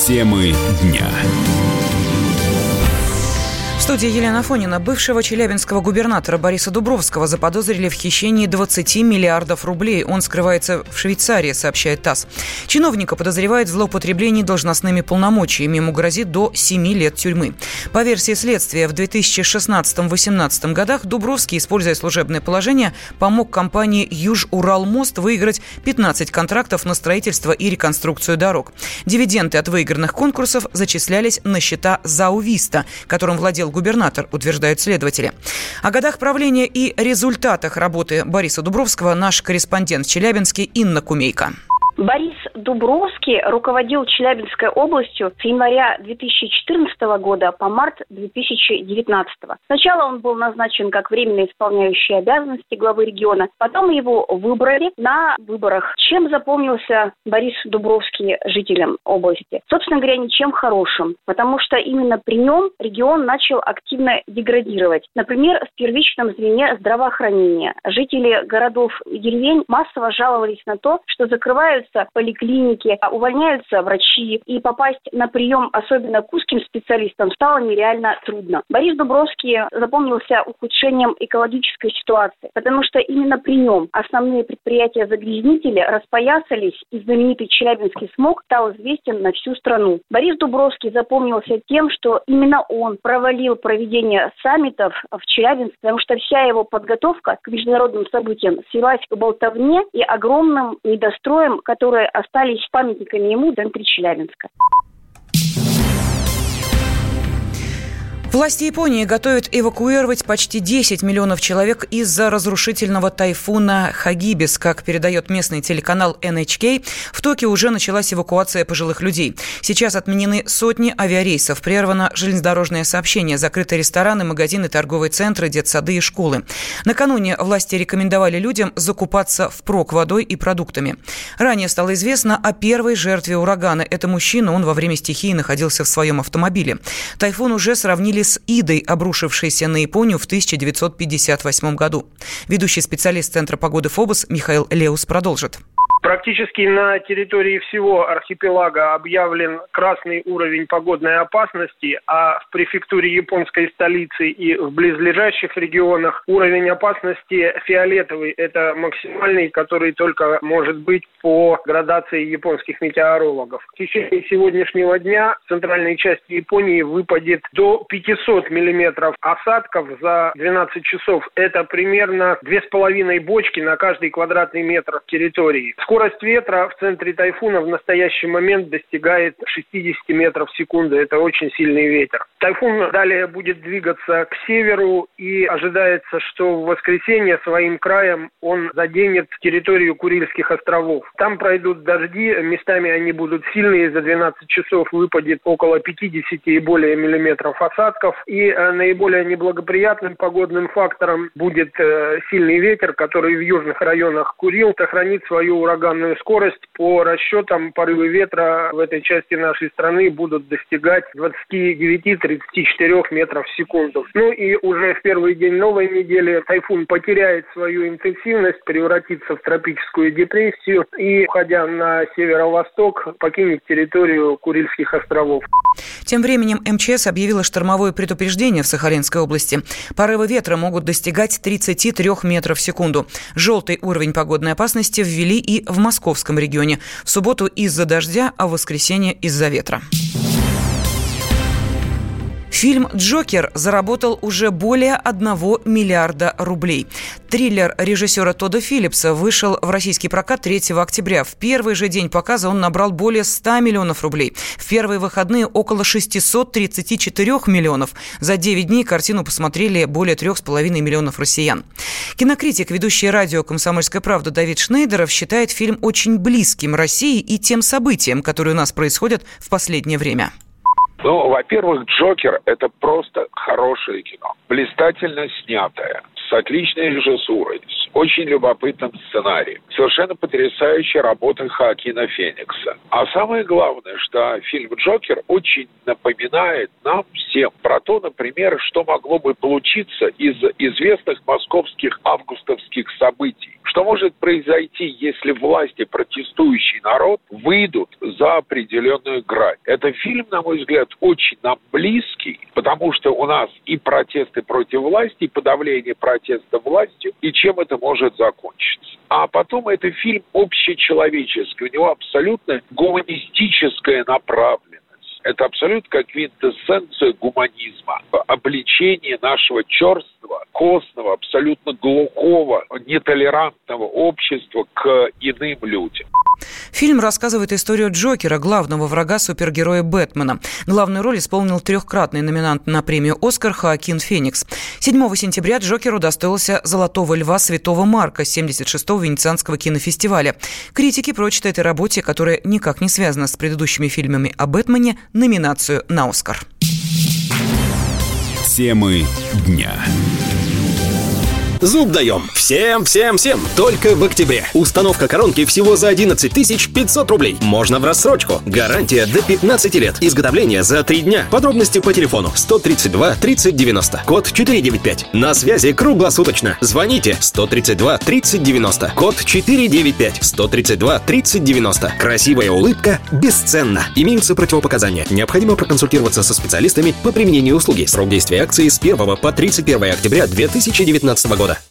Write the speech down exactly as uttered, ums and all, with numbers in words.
Темы дня. В студии Елена Афонина. Бывшего челябинского губернатора Бориса Дубровского заподозрили в хищении двадцати миллиардов рублей. Он скрывается в Швейцарии, сообщает ТАСС. Чиновника подозревают в злоупотреблении должностными полномочиями. Ему грозит до семи лет тюрьмы. По версии следствия, в две тысячи шестнадцатом-восемнадцатом годах Дубровский, используя служебное положение, помог компании «Юж-Уралмост» выиграть пятнадцать контрактов на строительство и реконструкцию дорог. Дивиденды от выигранных конкурсов зачислялись на счета Заувиста, которым владел губернатор, утверждают следователи. О годах правления и результатах работы Бориса Дубровского наш корреспондент в Челябинске Инна Кумейко. Борис Дубровский руководил Челябинской областью с января две тысячи четырнадцатого года по март две тысячи девятнадцатого. Сначала он был назначен как временно исполняющий обязанности главы региона, потом его выбрали на выборах. Чем запомнился Борис Дубровский жителям области? Собственно говоря, ничем хорошим, потому что именно при нем регион начал активно деградировать. Например, в первичном звене здравоохранения жители городов и деревень массово жаловались на то, что закрываются поликлиники, увольняются врачи, и попасть на прием, особенно к узким специалистам, стало нереально трудно. Борис Дубровский запомнился ухудшением экологической ситуации, потому что именно при нем основные предприятия-загрязнители распоясались, и знаменитый челябинский смог стал известен на всю страну. Борис Дубровский запомнился тем, что именно он провалил проведение саммитов в Челябинске, потому что вся его подготовка к международным событиям свелась к болтовне и огромным недостроям, которые остались памятниками ему в центре Челябинска. Власти Японии готовят эвакуировать почти десять миллионов человек из-за разрушительного тайфуна Хагибис. Как передает местный телеканал эн эйч кей, в Токио уже началась эвакуация пожилых людей. Сейчас отменены сотни авиарейсов, прервано железнодорожное сообщение, закрыты рестораны, магазины, торговые центры, детсады и школы. Накануне власти рекомендовали людям закупаться впрок водой и продуктами. Ранее стало известно о первой жертве урагана. Это мужчина, он во время стихии находился в своем автомобиле. Тайфун уже сравнили с Идой, обрушившейся на Японию в тысяча девятьсот пятьдесят восьмом году. Ведущий специалист Центра погоды ФОБОС Михаил Леус продолжит. Практически на территории всего архипелага объявлен красный уровень погодной опасности, а в префектуре японской столицы и в близлежащих регионах уровень опасности фиолетовый. Это максимальный, который только может быть по градации японских метеорологов. В течение сегодняшнего дня в центральной части Японии выпадет до пятисот миллиметров осадков за двенадцать часов. Это примерно две с половиной бочки на каждый квадратный метр территории. Скорость ветра в центре тайфуна в настоящий момент достигает шестьдесят метров в секунду. Это очень сильный ветер. Тайфун далее будет двигаться к северу, и ожидается, что в воскресенье своим краем он заденет территорию Курильских островов. Там пройдут дожди, местами они будут сильные. За двенадцать часов выпадет около пятьдесят и более миллиметров осадков. И э, наиболее неблагоприятным погодным фактором будет э, сильный ветер, который в южных районах Курил сохранит свою ураганную скорость. По расчетам, порывы ветра в этой части нашей страны будут достигать двадцати девяти - тридцати четырёх метров в секунду. Ну и уже в первый день новой недели тайфун потеряет свою интенсивность, превратится в тропическую депрессию и, уходя на северо-восток, покинет территорию Курильских островов. Тем временем эм че эс объявила штормовое предупреждение в Сахалинской области. Порывы ветра могут достигать тридцати трёх метров в секунду. Желтый уровень погодной опасности ввели и в Московском регионе. В субботу из-за дождя, а в воскресенье из-за ветра. Фильм «Джокер» заработал уже более одного миллиарда рублей. Триллер режиссера Тодда Филлипса вышел в российский прокат третьего октября. В первый же день показа он набрал более ста миллионов рублей. В первые выходные около шестисот тридцати четырёх миллионов. За девять дней картину посмотрели более трех с половиной миллионов россиян. Кинокритик, ведущий радио «Комсомольская правда» Давид Шнейдеров считает фильм очень близким России и тем событиям, которые у нас происходят в последнее время. Ну, во-первых, «Джокер» — это просто хорошее кино. Блистательно снятое, с отличной режиссурой, с очень любопытным сценарием, совершенно потрясающей работой Хоакина Феникса. А самое главное, что фильм «Джокер» очень напоминает нам всем про то, например, что могло бы получиться из известных московских августовских событий. Что может произойти, если власти, протестующий народ, выйдут за определенную грань? Это фильм, на мой взгляд, очень нам близкий, потому что у нас и протесты против власти, и подавление протеста властью, и чем это может закончиться. А потом это фильм общечеловеческий, у него абсолютно гуманистическая направленность. Это абсолютно как квинтэссенция гуманизма, обличение нашего черствого, костного, абсолютно глухого, нетолерантного общества к иным людям. Фильм рассказывает историю Джокера, главного врага супергероя Бэтмена. Главную роль исполнил трехкратный номинант на премию «Оскар» Хоакин Феникс. седьмого сентября Джокеру удостоился «Золотого льва» Святого Марка семьдесят шестого Венецианского кинофестиваля. Критики прочат этой работе, которая никак не связана с предыдущими фильмами о Бэтмене, номинацию на «Оскар». Темы дня. Зуб даем. Всем, всем, всем. Только в октябре. Установка коронки всего за одиннадцать тысяч пятьсот рублей. Можно в рассрочку. Гарантия до пятнадцати лет. Изготовление за три дня. Подробности по телефону сто тридцать два тридцать девяносто. Код четыре девять пять. На связи круглосуточно. Звоните сто тридцать два тридцать девяносто. Код четыре девять пять. сто тридцать два тридцать девяносто. Красивая улыбка бесценна. Имеются противопоказания. Необходимо проконсультироваться со специалистами по применению услуги. Срок действия акции с первого по тридцать первое октября две тысячи девятнадцатого года.